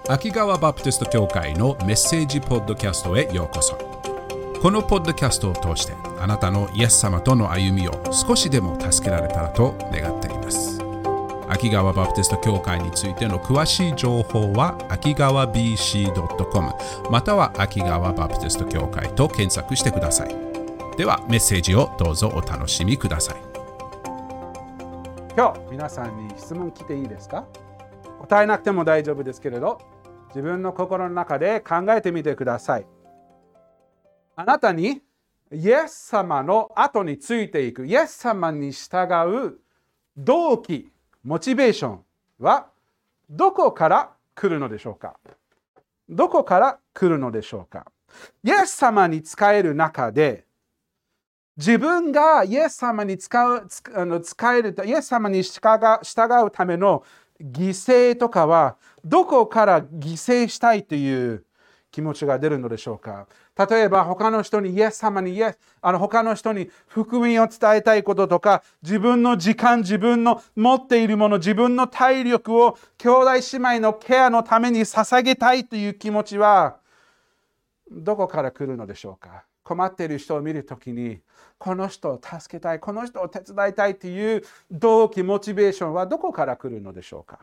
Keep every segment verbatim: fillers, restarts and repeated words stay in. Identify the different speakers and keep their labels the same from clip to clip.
Speaker 1: 秋川バプテスト教会のメッセージポッドキャストへようこそ。このポッドキャストを通してあなたのイエス様との歩みを少しでも助けられたらと願っています。秋川バプテスト教会についての詳しい情報は秋川 ビーシードットコム または秋川バプテスト教会と検索してください。ではメッセージをどうぞお楽しみください。
Speaker 2: 今日皆さんに質問来ていいですか？答えなくても大丈夫ですけれど、自分の心の中で考えてみてください。あなたにイエス様の後についていく、イエス様に従う動機、モチベーションはどこから来るのでしょうか？どこから来るのでしょうか？イエス様に仕える中で、自分がイエス様に使う、あの使える、イエス様に従うための犠牲とかはどこから犠牲したいという気持ちが出るのでしょうか？例えば他の人にイエス様にイエスあの他の人に福音を伝えたいこととか、自分の時間、自分の持っているもの、自分の体力を兄弟姉妹のケアのために捧げたいという気持ちはどこから来るのでしょうか？困っている人を見るときに、この人を助けたい、この人を手伝いたいという動機、モチベーションはどこから来るのでしょうか？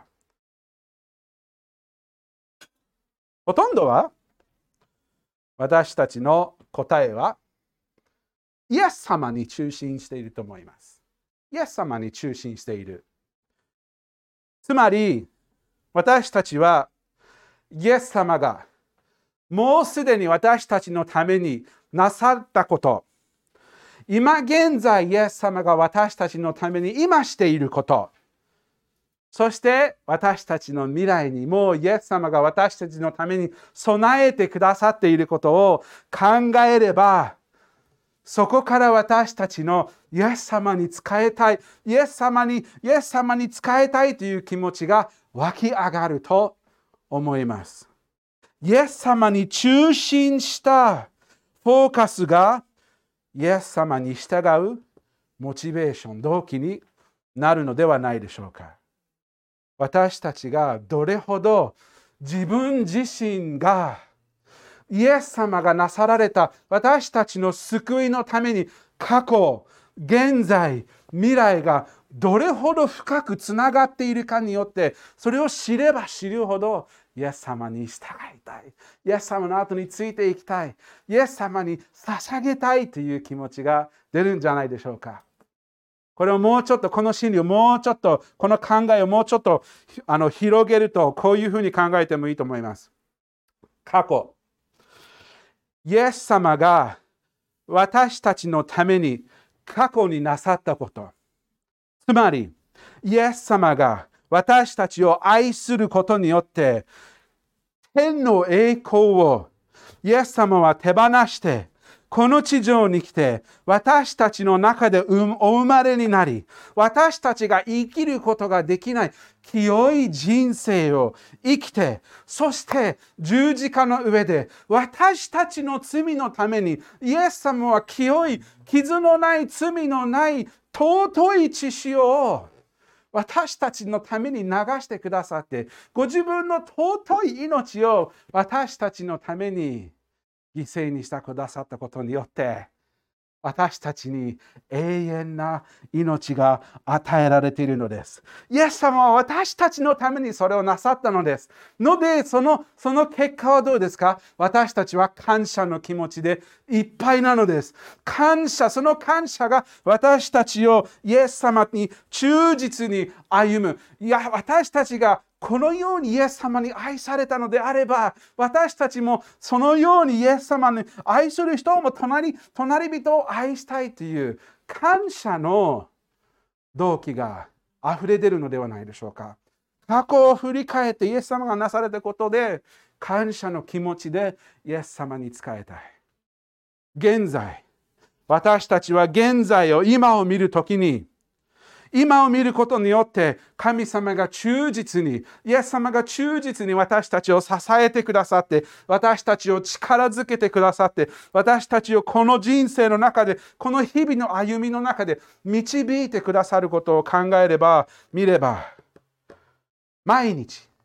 Speaker 2: ほとんどは私たちの答えはイエス様に中心していると思います。イエス様に中心している。つまり私たちはイエス様がもうすでに私たちのためになさったこと、今現在イエス様が私たちのために今していること、そして私たちの未来にもイエス様が私たちのために備えてくださっていることを考えれば、そこから私たちのイエス様に仕えたい、イエス様に、イエス様に仕えたいという気持ちが湧き上がると思います。イエス様に中心したフォーカスがイエス様に従うモチベーション、動機になるのではないでしょうか。私たちがどれほど自分自身がイエス様がなさられた私たちの救いのために過去、現在、未来がどれほど深くつながっているかによって、それを知れば知るほどイエス様に従いたい、イエス様の後についていきたい、イエス様に捧げたいという気持ちが出るんじゃないでしょうか。これをもうちょっと、この真理をもうちょっと、この考えをもうちょっとあの広げると、こういうふうに考えてもいいと思います。過去、イエス様が私たちのために過去になさったこと、つまりイエス様が私たちを愛することによって天の栄光をイエス様は手放してこの地上に来て私たちの中でお生まれになり、私たちが生きることができない清い人生を生きて、そして十字架の上で私たちの罪のためにイエス様は清い、傷のない罪のない尊い血潮を私たちのために流してくださって、ご自分の尊い命を私たちのために犠牲にしてくださったことによって、私たちに永遠な命が与えられているのです。イエス様は私たちのためにそれをなさったのです。ので、その、その結果はどうですか？私たちは感謝の気持ちでいっぱいなのです。感謝、その感謝が私たちをイエス様に忠実に歩む。いや、私たちがこのようにイエス様に愛されたのであれば、私たちもそのようにイエス様に愛する人も隣、隣人を愛したいという感謝の動機が溢れ出るのではないでしょうか。過去を振り返ってイエス様がなされたことで感謝の気持ちでイエス様に仕えたい。現在、私たちは現在を、今を見るときに、今を見ることによって神様が忠実に、イエス様が忠実に私たちを支えてくださって、私たちを力づけてくださって、私たちをこの人生の中で、この日々の歩みの中で導いてくださることを考えれば、見れば、毎日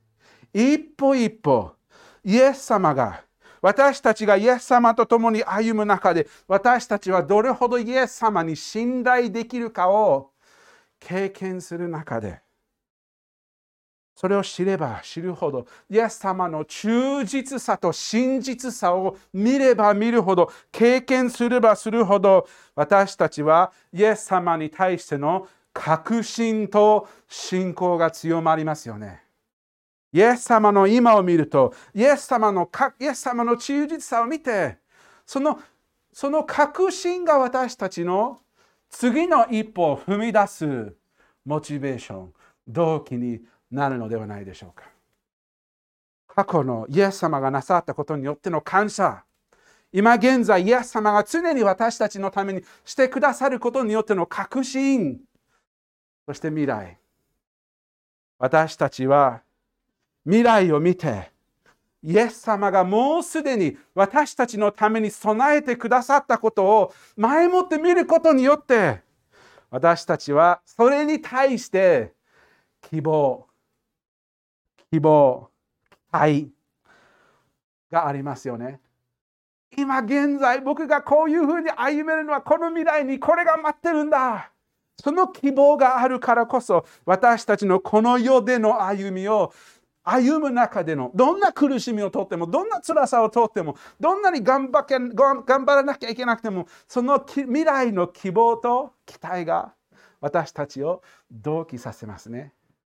Speaker 2: 一歩一歩、イエス様が、私たちがイエス様と共に歩む中で、私たちはどれほどイエス様に信頼できるかを経験する中で、それを知れば知るほど、イエス様の忠実さと真実さを見れば見るほど、経験すればするほど、私たちはイエス様に対しての確信と信仰が強まりますよね。イエス様の今を見ると、イエス様のか、イエス様の忠実さを見て、その、その確信が私たちの次の一歩を踏み出すモチベーション、動機になるのではないでしょうか。過去のイエス様がなさったことによっての感謝、今現在イエス様が常に私たちのためにしてくださることによっての確信、そして未来。私たちは未来を見て、イエス様がもうすでに私たちのために備えてくださったことを前もって見ることによって、私たちはそれに対して希望、希望、期待がありますよね。今現在僕がこういうふうに歩めるのはこの未来にこれが待ってるんだ。その希望があるからこそ私たちのこの世での歩みを歩む中でのどんな苦しみをとってもどんな辛さをとってもどんなに頑張け頑張らなきゃいけなくてもその未来の希望と期待が私たちを同期させますね。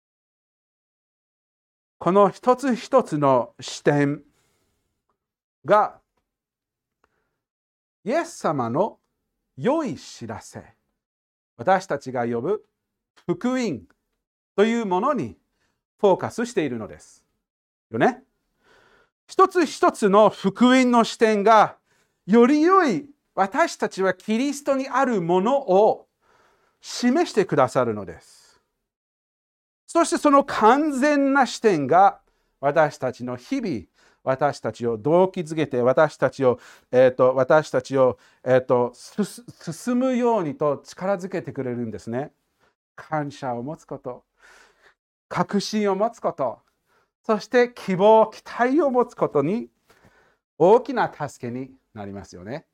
Speaker 2: この一つ一つの視点がイエス様の良い知らせ、私たちが呼ぶ福音というものにフォーカスしているのですよね。一つ一つの福音の視点がより良い私たちはキリストにあるものを示してくださるのです。そしてその完全な視点が私たちの日々、私たちを動機づけて、私たちを、えーと、私たちを、えーと、進むようにと力づけてくれるんですね。感謝を持つこと、確信を持つこと、そして希望、期待を持つことに大きな助けになりますよね。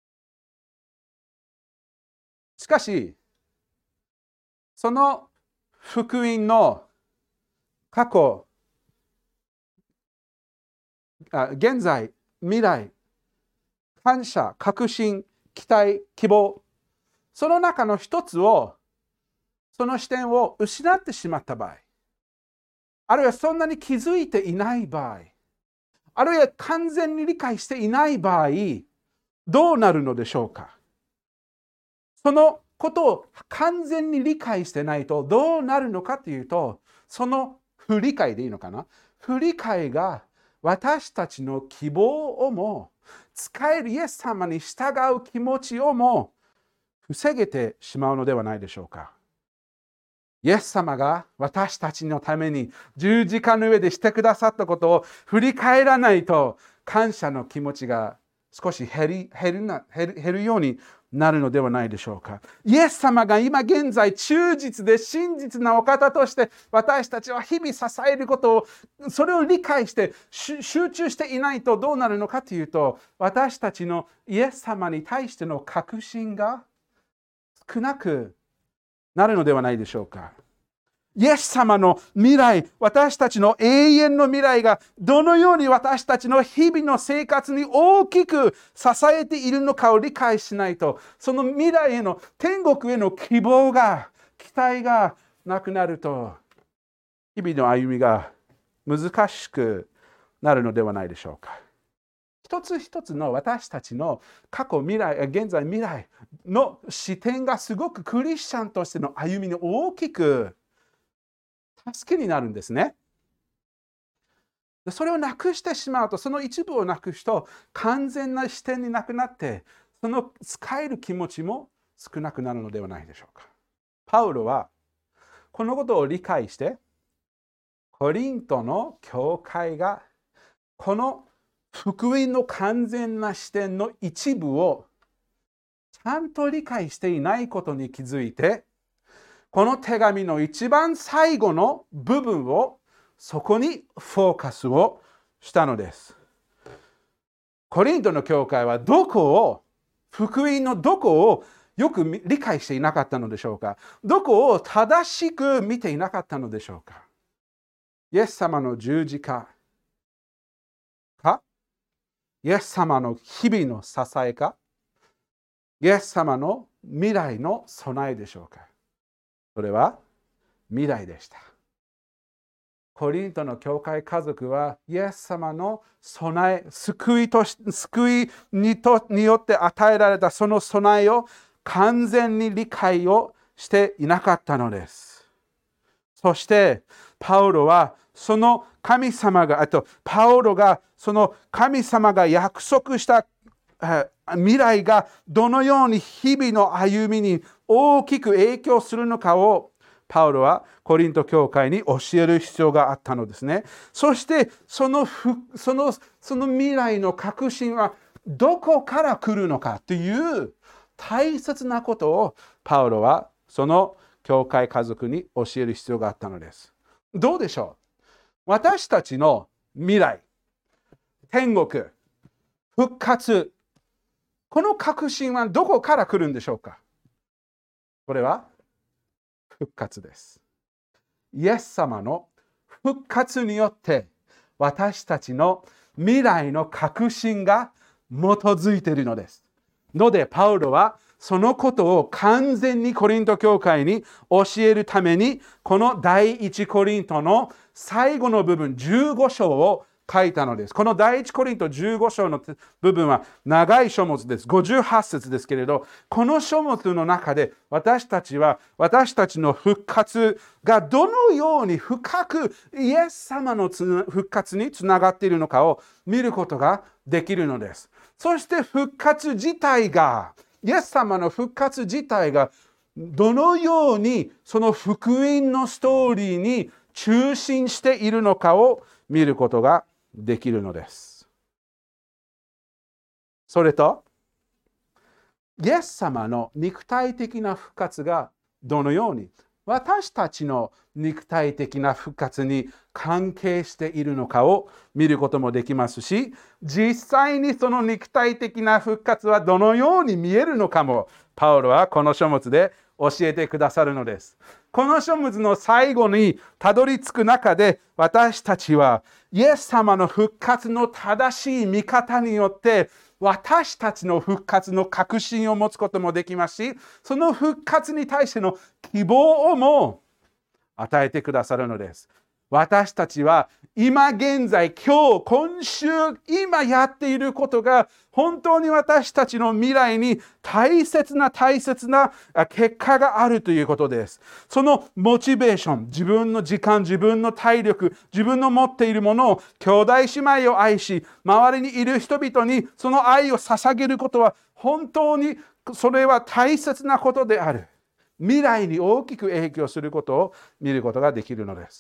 Speaker 2: しかし、その福音の過去、現在、未来、感謝、確信、期待、希望、その中の一つを、その視点を失ってしまった場合、あるいはそんなに気づいていない場合、あるいは完全に理解していない場合、どうなるのでしょうか。そのことを完全に理解してないとどうなるのかというと、その不理解でいいのかな。不理解が私たちの希望をも使えるイエス様に従う気持ちをも防げてしまうのではないでしょうか。イエス様が私たちのために十字架の上でしてくださったことを振り返らないと感謝の気持ちが少し減り、減るな、減る、減るようになるのではないでしょうか。イエス様が今現在忠実で真実なお方として私たちは日々支えることをそれを理解して集中していないとどうなるのかというと、私たちのイエス様に対しての確信が少なくなるのではないでしょうか。イエス様の未来、私たちの永遠の未来がどのように私たちの日々の生活に大きく支えているのかを理解しないと、その未来への天国への希望が、期待がなくなると、日々の歩みが難しくなるのではないでしょうか。一つ一つの私たちの過去、未来、現在、未来の視点がすごくクリスチャンとしての歩みに大きく助けになるんですね。それをなくしてしまうと、その一部をなくすと完全な視点になくなって、その使える気持ちも少なくなるのではないでしょうか。パウロはこのことを理解して、コリントの教会がこの福音の完全な視点の一部をちゃんと理解していないことに気づいて、この手紙の一番最後の部分をそこにフォーカスをしたのです。コリントの教会はどこを、福音のどこをよく理解していなかったのでしょうか。どこを正しく見ていなかったのでしょうか。イエス様の十字架か、イエス様の日々の支えか、イエス様の未来の備えでしょうか。それは未来でした。コリントの教会家族はイエス様の備え、救いとし救いにとによって与えられたその備えを完全に理解をしていなかったのです。そしてパウロはその神様が、あとパウロがその神様が約束した未来がどのように日々の歩みに大きく影響するのかをパウロはコリント教会に教える必要があったのですね。そしてその、その、その未来の確信はどこから来るのかという大切なことをパウロはその教会家族に教える必要があったのです。どうでしょう？私たちの未来、天国、復活、この確信はどこから来るんでしょうか？これは復活です。イエス様の復活によって私たちの未来の確信が基づいているのです。のでパウロはそのことを完全にコリント教会に教えるために、この第一コリントの最後の部分じゅうご章を書いたのです。この第一コリントじゅうご章の部分は長い書物です。ごじゅうはち節ですけれど、この書物の中で私たちは私たちの復活がどのように深くイエス様の復活につながっているのかを見ることができるのです。そして復活自体が、イエス様の復活自体がどのようにその福音のストーリーに中心しているのかを見ることができるのです。それと、イエス様の肉体的な復活がどのように私たちの肉体的な復活に関係しているのかを見ることもできますし、実際にその肉体的な復活はどのように見えるのかもパウロはこの書物で教えてくださるのです。この書物の最後にたどり着く中で、私たちはイエス様の復活の正しい見方によって私たちの復活の確信を持つこともできますし、その復活に対しての希望をも与えてくださるのです。私たちは今現在、今日、今週、今やっていることが本当に私たちの未来に大切な大切な結果があるということです。そのモチベーション、自分の時間、自分の体力、自分の持っているものを兄弟姉妹を愛し、周りにいる人々にその愛を捧げることは本当にそれは大切なことである。未来に大きく影響することを見ることができるのです。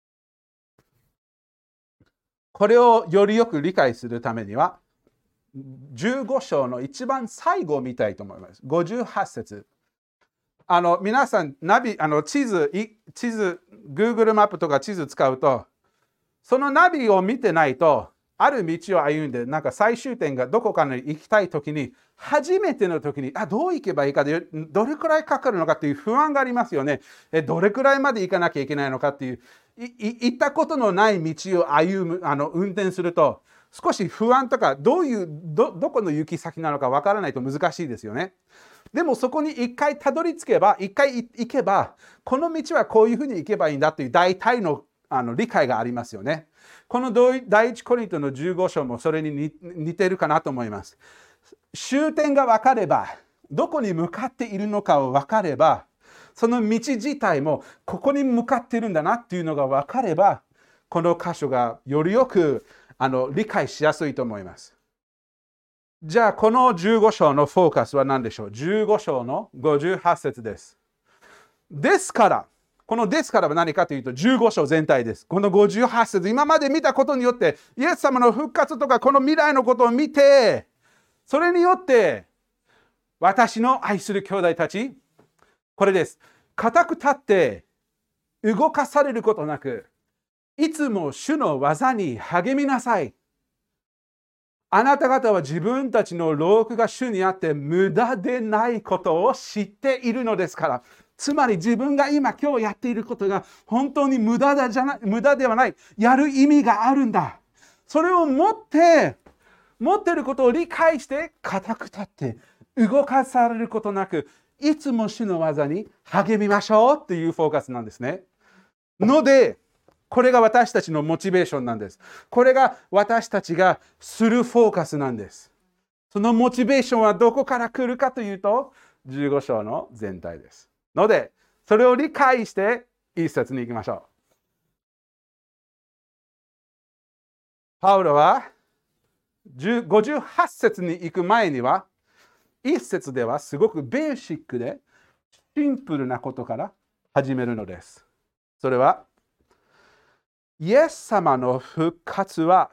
Speaker 2: これをよりよく理解するためには、じゅうご章の一番最後を見たいと思います。ごじゅうはち節。あの皆さん、ナビ、あの地図、地図、Google マップとか地図使うと、そのナビを見てないと、ある道を歩んで、なんか最終点がどこかに行きたいときに、初めてのときに、あ、どう行けばいいかで、どれくらいかかるのかっていう不安がありますよね。えどれくらいまで行かなきゃいけないのかっていう、い行ったことのない道を歩む、あの運転すると、少し不安とか、どういうど、どこの行き先なのかわからないと難しいですよね。でもそこに一回たどり着けば、一回行けば、この道はこういうふうに行けばいいんだという大体の、あの理解がありますよね。この第一コリントのじゅうご章もそれに似ているかなと思います。終点が分かれば、どこに向かっているのかを分かれば、その道自体もここに向かっているんだなっていうのが分かれば、この箇所がよりよくあの理解しやすいと思います。じゃあこのじゅうご章のフォーカスは何でしょう？じゅうご章のごじゅうはち節です。ですから、このですからは何かというとじゅうご章全体です。このごじゅうはち節、今まで見たことによって、イエス様の復活とかこの未来のことを見て、それによって私の愛する兄弟たち、これです。固く立って動かされることなく、 いつも主の技に励みなさい。あなた方は自分たちの労苦が主にあって無駄でないことを知っているのですから。つまり自分が今今日やっていることが本当に無駄だじゃな無駄ではない。やる意味があるんだ。それを持って、持っていることを理解して固く立って動かされることなく、いつも主の技に励みましょうっていうフォーカスなんですね。ので、これが私たちのモチベーションなんです。これが私たちがするフォーカスなんです。そのモチベーションはどこから来るかというと、じゅうご章の全体です。ので、それを理解して一節に行きましょう。パウロはごじゅうはち節に行く前には、一節ではすごくベーシックでシンプルなことから始めるのです。それは、イエス様の復活は、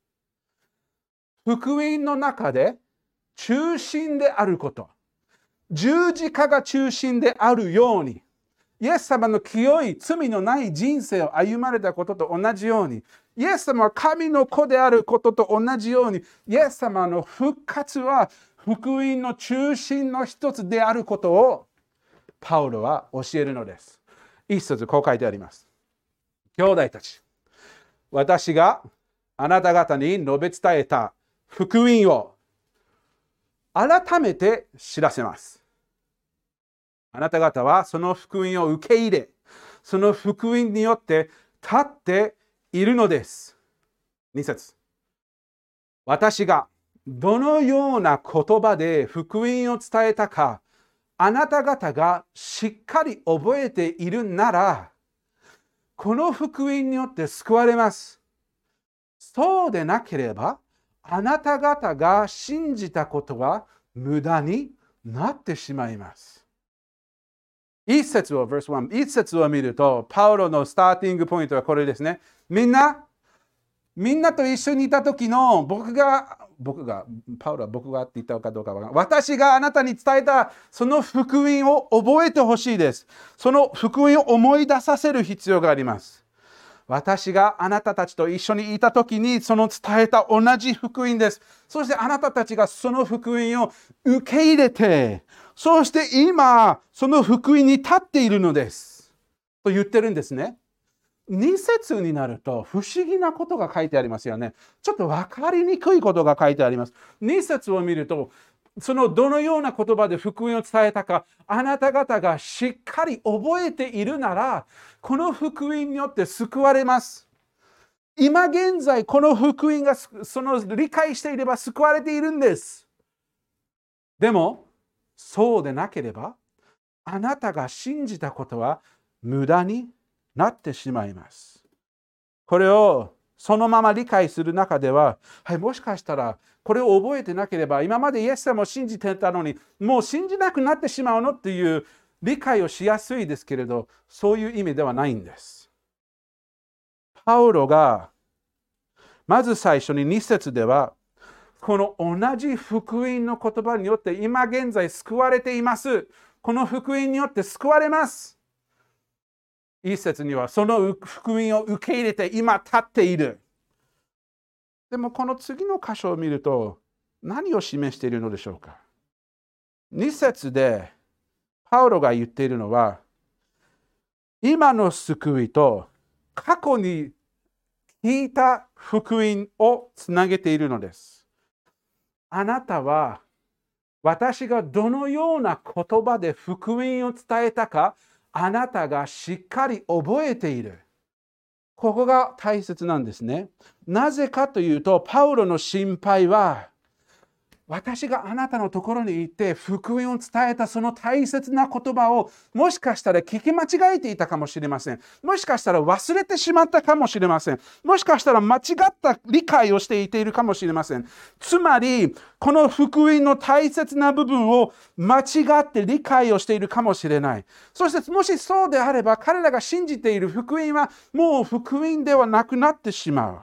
Speaker 2: 福音の中で中心であること、十字架が中心であるように、イエス様の清い罪のない人生を歩まれたことと同じように、イエス様は神の子であることと同じように、イエス様の復活は福音の中心の一つであることをパウロは教えるのです。一節こう書いてあります。兄弟たち、私があなた方に述べ伝えた福音を改めて知らせます。あなた方はその福音を受け入れ、その福音によって立っているのです。に節。私がどのような言葉で福音を伝えたか、あなた方がしっかり覚えているなら、この福音によって救われます。そうでなければ、あなた方が信じたことは無駄になってしまいます。一節を、verse one、一節を見ると、パウロのスターティングポイントはこれですね。みんな、みんなと一緒にいた時の僕が、僕が、パウロは僕がって言ったかどうかわからない。私があなたに伝えたその福音を覚えてほしいです。その福音を思い出させる必要があります。私があなたたちと一緒にいた時にその伝えた同じ福音です。そしてあなたたちがその福音を受け入れて、そして今その福音に立っているのです。と言ってるんですね。に節になると不思議なことが書いてありますよね。ちょっと分かりにくいことが書いてあります。に節を見ると、そのどのような言葉で福音を伝えたか、あなた方がしっかり覚えているなら、この福音によって救われます。今現在、この福音がその理解していれば救われているんです。でも、そうでなければ、あなたが信じたことは無駄になってしまいます。これをそのまま理解する中では、はい、もしかしたらこれを覚えてなければ、今までイエス様を信じてたのに、もう信じなくなってしまうのっていう理解をしやすいですけれど、そういう意味ではないんです。パウロが、まず最初にに節では、この同じ福音の言葉によって今現在救われています。この福音によって救われます。一節にはその福音を受け入れて今立っている。でもこの次の箇所を見ると何を示しているのでしょうか。に節でパウロが言っているのは、今の救いと過去に聞いた福音をつなげているのです。あなたは私がどのような言葉で福音を伝えたか、あなたがしっかり覚えている。ここが大切なんですね。なぜかというと、パウロの心配は、私があなたのところに行って福音を伝えたその大切な言葉をもしかしたら聞き間違えていたかもしれません。もしかしたら忘れてしまったかもしれません。もしかしたら間違った理解をしていているかもしれません。つまり、この福音の大切な部分を間違って理解をしているかもしれない。そしてもしそうであれば、彼らが信じている福音はもう福音ではなくなってしまう。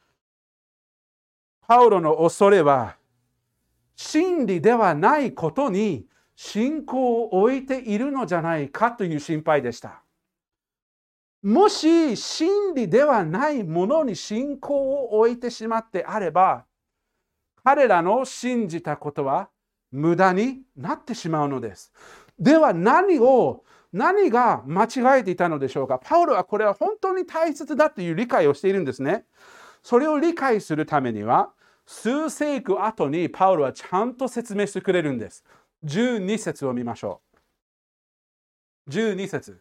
Speaker 2: パウロの恐れは、真理ではないことに信仰を置いているのじゃないかという心配でした。 もし真理ではないものに信仰を置いてしまってあれば、彼らの信じたことは無駄になってしまうのです。では何を、何が間違えていたのでしょうか。パウロはこれは本当に大切だという理解をしているんですね。それを理解するためには、数世紀後にパウロはちゃんと説明してくれるんです。じゅうに節を見ましょう。じゅうに節。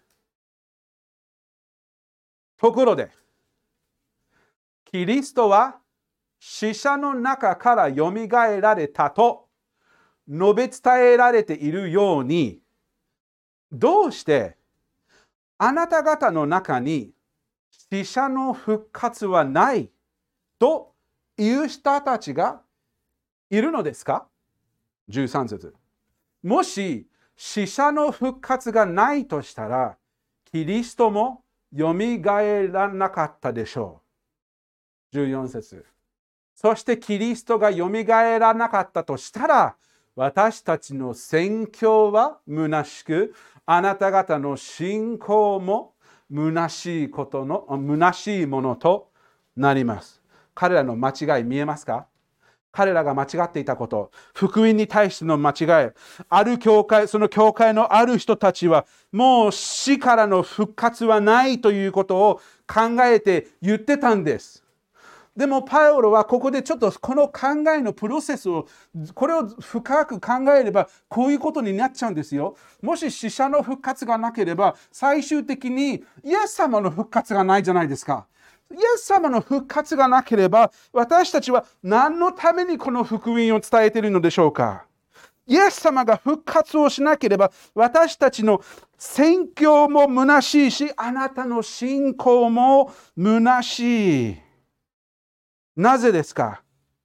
Speaker 2: ところで、キリストは死者の中からよみがえられたと述べ伝えられているように、どうしてあなた方の中に死者の復活はないという人たちがいるのですか？ じゅうさん 節。もし死者の復活がないとしたら、キリストもよみがえらなかったでしょう。じゅうよん節。そしてキリストがよみがえらなかったとしたら、私たちの宣教は虚しく、あなた方の信仰も虚しいことの、虚しいものとなります。彼らの間違い見えますか？彼らが間違っていたこと、福音に対しての間違い、ある教会、その教会のある人たちは、もう死からの復活はないということを考えて言ってたんです。でもパウロはここでちょっとこの考えのプロセスを、これを深く考えればこういうことになっちゃうんですよ。もし死者の復活がなければ、最終的にイエス様の復活がないじゃないですか。イエス様の復活がなければ、私たちは何のためにこの福音を伝えているのでしょうか。イエス様が復活をしなければ、私たちの宣教も虚しいし、あなたの信仰も虚しい。なぜですか？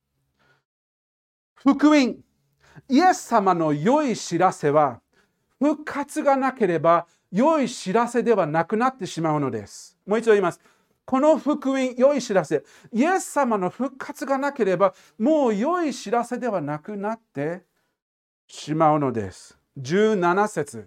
Speaker 2: 福音、イエス様の良い知らせは、復活がなければ良い知らせではなくなってしまうのです。もう一度言います。この福音、良い知らせ、イエス様の復活がなければ、もう良い知らせではなくなってしまうのです。じゅうなな節。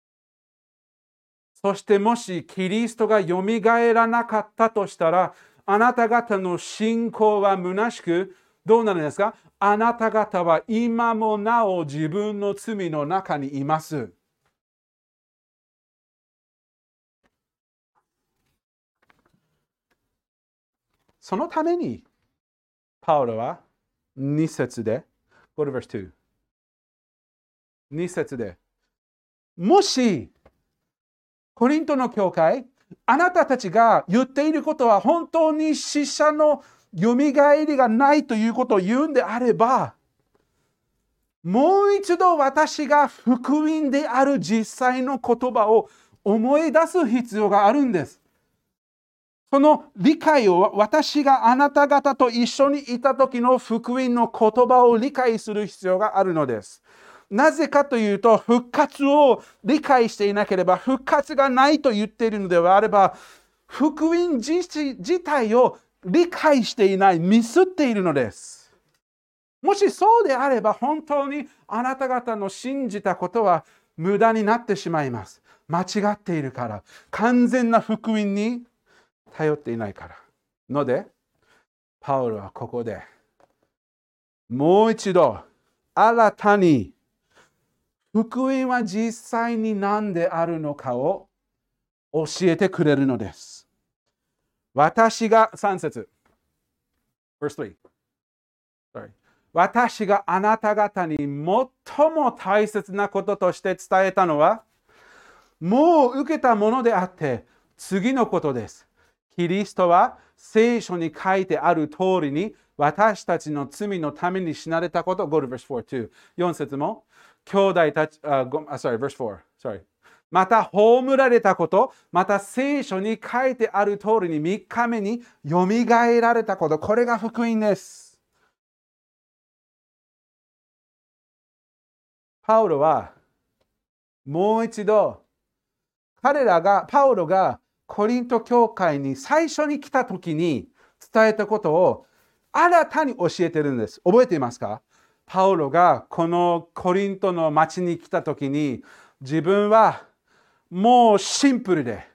Speaker 2: そしてもしキリストがよみがえらなかったとしたら、あなた方の信仰は虚しく、どうなるんですか？あなた方は今もなお自分の罪の中にいます。そのために、パウロはに節で、Go to verse two。に節で、もし、コリントの教会、あなたたちが言っていることは本当に死者のよみがえりがないということを言うんであれば、もう一度私が福音である実際の言葉を思い出す必要があるんです。その理解を、私があなた方と一緒にいた時の福音の言葉を理解する必要があるのです。なぜかというと、復活を理解していなければ、復活がないと言っているのであれば、福音自自体を理解していない、ミスっているのです。もしそうであれば、本当にあなた方の信じたことは無駄になってしまいます。間違っているから、完全な福音に頼っていないから。ので、パウロはここでもう一度新たに福音は実際に何であるのかを教えてくれるのです。私がさん節 verse three Sorry 私があなた方に最も大切なこととして伝えたのは、もう受けたものであって次のことです。キリストは聖書に書いてある通りに私たちの罪のために死なれたこと。Go to verse four too。よん節も、兄弟たち、uh, sorry, verse four。Sorry。また葬られたこと、また聖書に書いてある通りにみっかめによみがえられたこと。これが福音です。パウロはもう一度、彼らが、パウロがコリント教会に最初に来た時に伝えたことを新たに教えてるんです。覚えていますか？パウロがこのコリントの町に来た時に、自分はもうシンプルで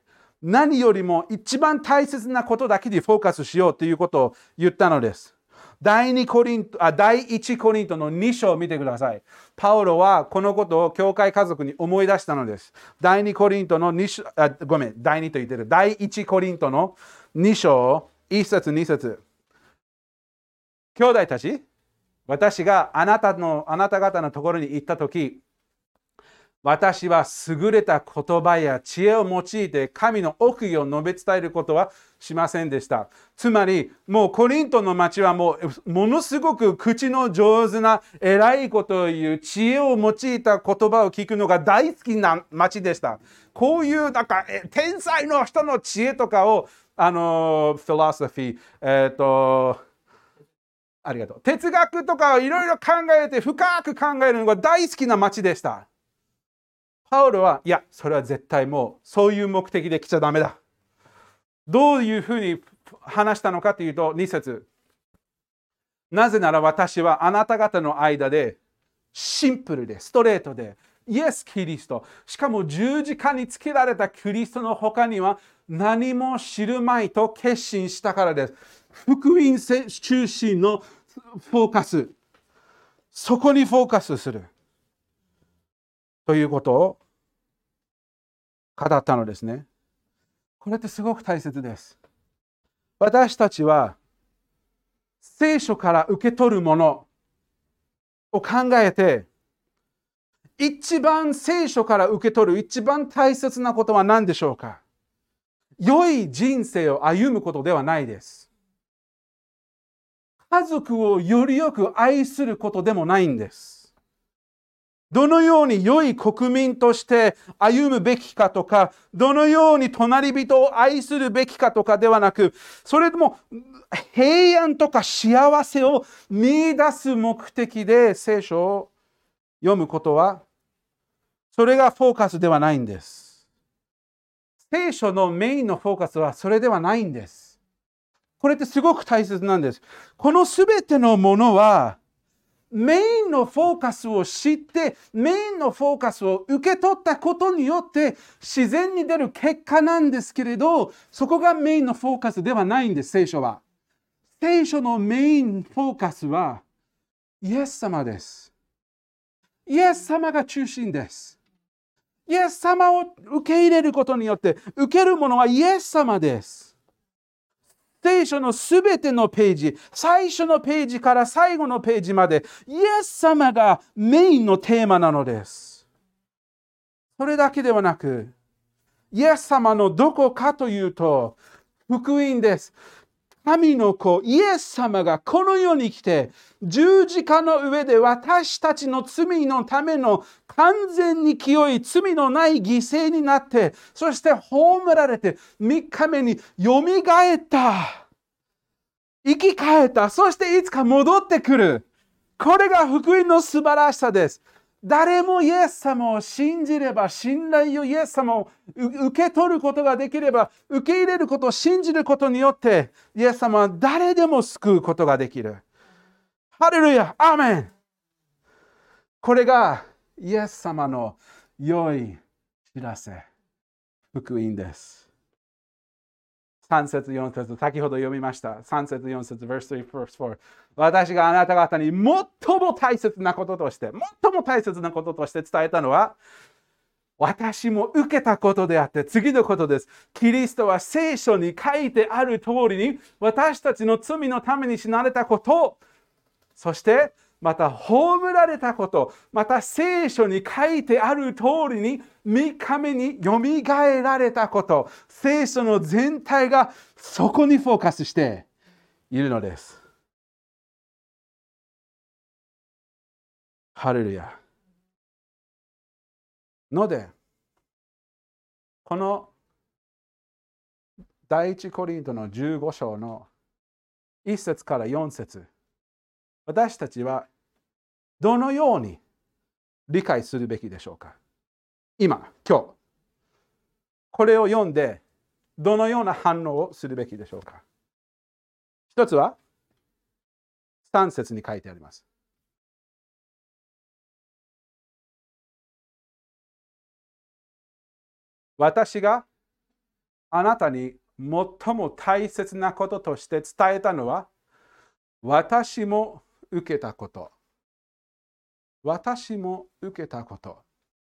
Speaker 2: 何よりも一番大切なことだけにフォーカスしようということを言ったのです。第二コリントあ第一コリントのに章を見てください。パウロはこのことを教会家族に思い出したのです。第二コリントのに章、あごめん、第二と言ってる。第一コリントのに章、いっ節に節。兄弟たち、私があなたのあなた方のところに行ったとき、私は優れた言葉や知恵を用いて神の奥義を述べ伝えることはしませんでした。つまり、もうコリントの町はもうものすごく口の上手な偉いことを言う知恵を用いた言葉を聞くのが大好きな町でした。こういうなんか天才の人の知恵とかを、あの、フィロソフィー、えっと、ありがとう。哲学とかをいろいろ考えて深く考えるのが大好きな町でした。パウロは、いや、それは絶対もうそういう目的で来ちゃダメだ。どういうふうに話したのかというと、に節。なぜなら私はあなた方の間でシンプルでストレートで、イエス・キリスト、しかも十字架につけられたキリストの他には何も知るまいと決心したからです。福音中心のフォーカス、そこにフォーカスするということを語ったのですね。これってすごく大切です。私たちは聖書から受け取るものを考えて、一番聖書から受け取る一番大切なことは何でしょうか？良い人生を歩むことではないです。家族をよりよく愛することでもないんです。どのように良い国民として歩むべきかとか、どのように隣人を愛するべきかとかではなく、それとも平安とか幸せを見出す目的で聖書を読むことは、それがフォーカスではないんです。聖書のメインのフォーカスはそれではないんです。これってすごく大切なんです。このすべてのものは、メインのフォーカスを知って、メインのフォーカスを受け取ったことによって自然に出る結果なんですけれど、そこがメインのフォーカスではないんです、聖書は。聖書のメインフォーカスはイエス様です。イエス様が中心です。イエス様を受け入れることによって受けるものはイエス様です。聖書のすべてのページ、最初のページから最後のページまで、イエス様がメインのテーマなのです。それだけではなく、イエス様のどこかというと、福音です。神の子、イエス様がこの世に来て、十字架の上で私たちの罪のための完全に清い罪のない犠牲になって、そして葬られてみっかめによみがえった。生き返った。そしていつか戻ってくる。これが福音の素晴らしさです。誰もイエス様を信じれば、信頼をイエス様を受け取ることができれば、受け入れることを信じることによって、イエス様は誰でも救うことができる。ハレルヤ、アーメン。これがイエス様の良い知らせ、福音です。さん節よん節、先ほど読みました。さん節よん節、verse three, verse four。私があなた方に最も大切なこととして、最も大切なこととして伝えたのは、私も受けたことであって、次のことです。キリストは聖書に書いてある通りに、私たちの罪のために死なれたこと、そしてまた葬られたこと、また聖書に書いてある通りにみっかめによみがえられたこと、聖書の全体がそこにフォーカスしているのです。ハレルヤ。ので、この第一コリントのじゅうご章のいっ節からよん節、私たちはどのように理解するべきでしょうか？今、今日、これを読んでどのような反応をするべきでしょうか？一つはさん節に書いてあります。私があなたに最も大切なこととして伝えたのは、私も受けたこと。私も受けたこと。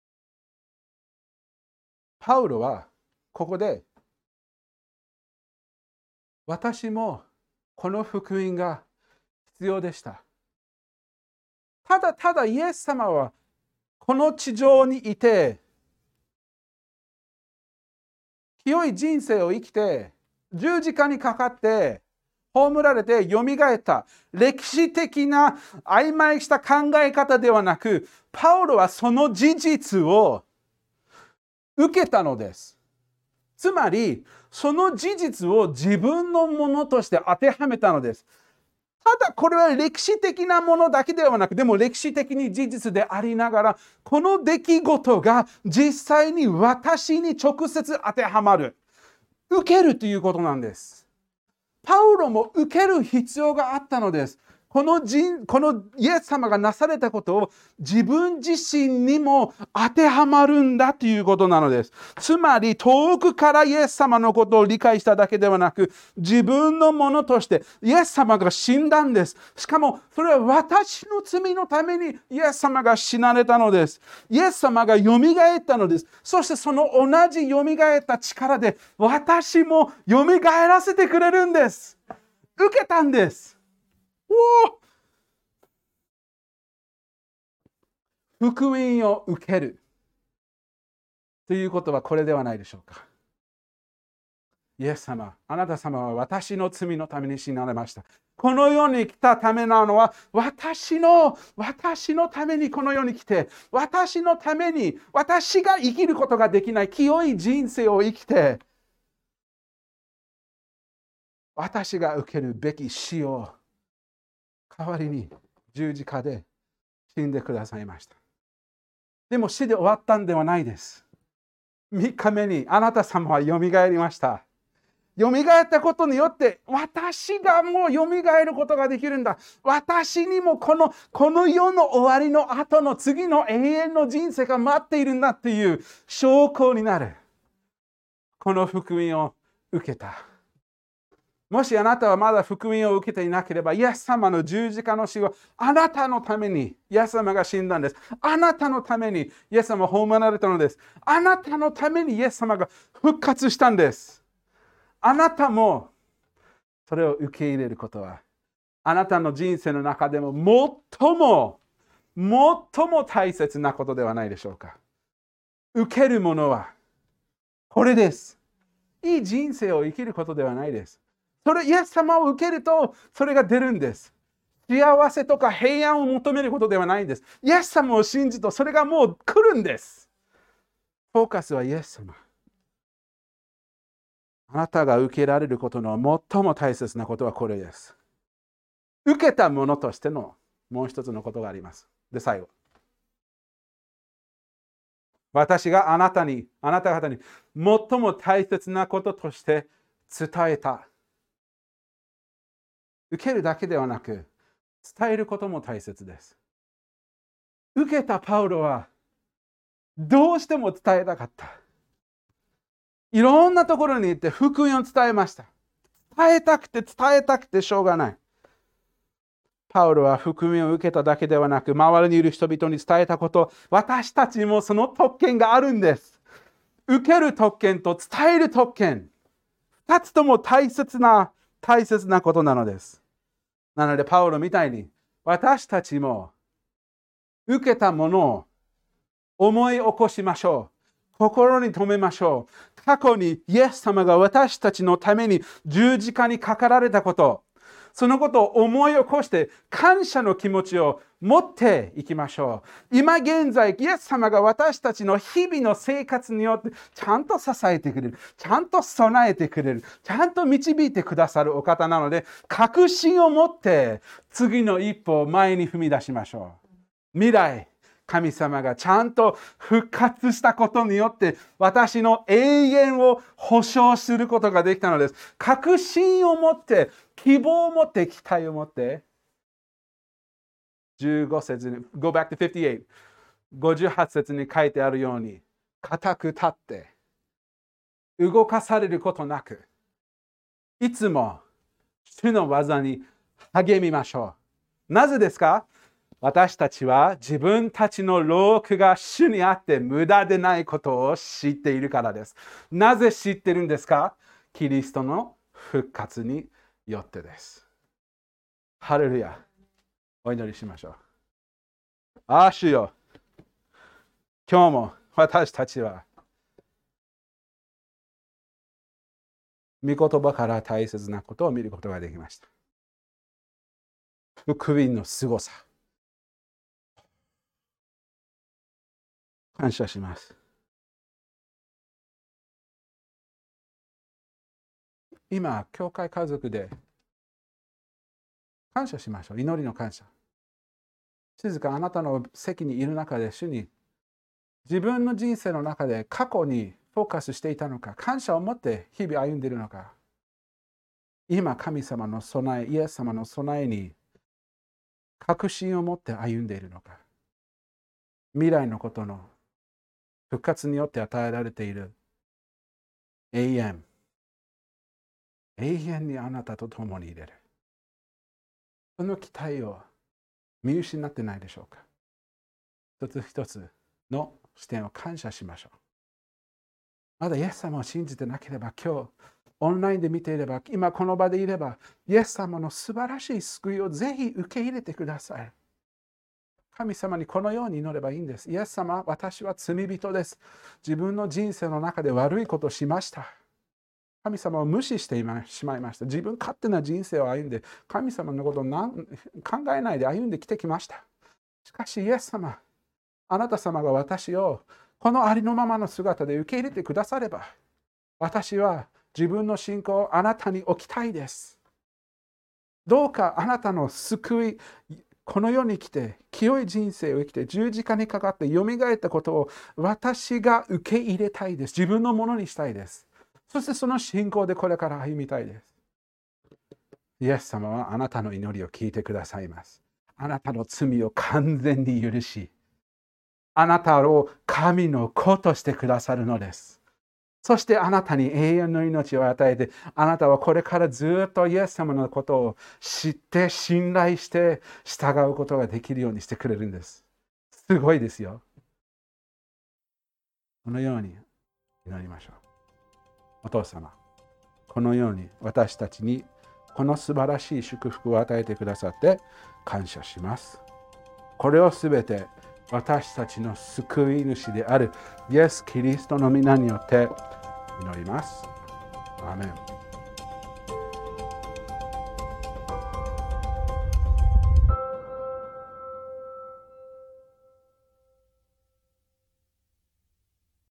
Speaker 2: パウロはここで、私もこの福音が必要でした。ただただイエス様はこの地上にいて、清い人生を生きて、十字架にかかって、葬られてよみがえった。歴史的な曖昧した考え方ではなく、パウロはその事実を受けたのです。つまり、その事実を自分のものとして当てはめたのです。ただこれは歴史的なものだけではなく、でも歴史的に事実でありながら、この出来事が実際に私に直接当てはまる。受けるということなんです。パウロも受ける必要があったのです。この人、このイエス様がなされたことを自分自身にも当てはまるんだということなのです。つまり遠くからイエス様のことを理解しただけではなく、自分のものとしてイエス様が死んだんです。しかもそれは私の罪のためにイエス様が死なれたのです。イエス様がよみがえったのです。そしてその同じよみがえった力で私もよみがえらせてくれるんです。受けたんです。福音を受けるということはこれではないでしょうか。イエス様、あなた様は私の罪のために死なれました。この世に来たためなのは私の、私のためにこの世に来て、私のために私が生きることができない清い人生を生きて、私が受けるべき死を代わりに十字架で死んでくださいました。でも死で終わったんではないです。みっかめにあなた様はよみがえりました。よみがえったことによって私がもうよみがえることができるんだ。私にもこの、この世の終わりの後の次の永遠の人生が待っているんだっていう証拠になる。この福音を受けた。もしあなたはまだ福音を受けていなければ、イエス様の十字架の死はあなたのためにイエス様が死んだんです。あなたのためにイエス様が葬られたのです。あなたのためにイエス様が復活したんです。あなたもそれを受け入れることは、あなたの人生の中でも最も、最も大切なことではないでしょうか。受けるものはこれです。いい人生を生きることではないです。それイエス様を受けるとそれが出るんです。幸せとか平安を求めることではないんです。イエス様を信じるとそれがもう来るんです。フォーカスはイエス様。あなたが受けられることの最も大切なことはこれです。受けたものとしてのもう一つのことがあります。で、最後。私があなたに、あなた方に最も大切なこととして伝えた。受けるだけではなく、伝えることも大切です。受けたパウロはどうしても伝えたかった。いろんなところに行って福音を伝えました。伝えたくて伝えたくてしょうがない。パウロは福音を受けただけではなく、周りにいる人々に伝えたこと、私たちにもその特権があるんです。受ける特権と伝える特権。二つとも大切な、大切なことなのです。なので、パウロみたいに、私たちも受けたものを思い起こしましょう。心に留めましょう。過去にイエス様が私たちのために十字架にかかられたこと、そのことを思い起こして感謝の気持ちを持っていきましょう。今現在、イエス様が私たちの日々の生活によってちゃんと支えてくれる。ちゃんと備えてくれる。ちゃんと導いてくださるお方なので、確信を持って次の一歩を前に踏み出しましょう。未来、神様がちゃんと復活したことによって私の永遠を保証することができたのです。確信を持って、希望を持って、期待を持って、じゅうご節に、Go back to フィフティエイト、ごじゅうはち節に書いてあるように、固く立って、 動かされることなく、いつも主の技に励みましょう。なぜですか？私たちは自分たちの労苦が主にあって無駄でないことを知っているからです。なぜ知ってるんですか？キリストの復活によってです。ハレルヤ。お祈りしましょう。ああ、主よ。今日も私たちは御言葉から大切なことを見ることができました。福音のすごさ。感謝します。今、教会家族で感謝しましょう。祈りの感謝。静かあなたの席にいる中で主に自分の人生の中で過去にフォーカスしていたのか、感謝を持って日々歩んでいるのか、今神様の備え、イエス様の備えに確信を持って歩んでいるのか、未来のことの復活によって与えられている永遠、永遠にあなたと共にいれる。その期待を見失ってないでしょうか。一つ一つの視点を感謝しましょう。まだイエス様を信じてなければ、今日オンラインで見ていれば、今この場でいれば、イエス様の素晴らしい救いをぜひ受け入れてください。神様にこのように祈ればいいんです。イエス様、私は罪人です。自分の人生の中で悪いことをしました。神様を無視してしまいました。自分勝手な人生を歩んで、神様のことを考えないで歩んできてきました。しかし、イエス様、あなた様が私をこのありのままの姿で受け入れてくだされば、私は自分の信仰をあなたに置きたいです。どうかあなたの救い、この世に来て、清い人生を生きて、十字架にかかってよみがえったことを私が受け入れたいです。自分のものにしたいです。そしてその信仰でこれから歩みたいです。イエス様はあなたの祈りを聞いてくださいます。あなたの罪を完全に許し、あなたを神の子としてくださるのです。そしてあなたに永遠の命を与えて、あなたはこれからずっとイエス様のことを知って、信頼して、従うことができるようにしてくれるんです。すごいですよ。このように祈りましょう。お父様、このように私たちにこの素晴らしい祝福を与えてくださって感謝します。これをすべて私たちの救い主であるイエス・キリストの皆によって祈ります。アーメン。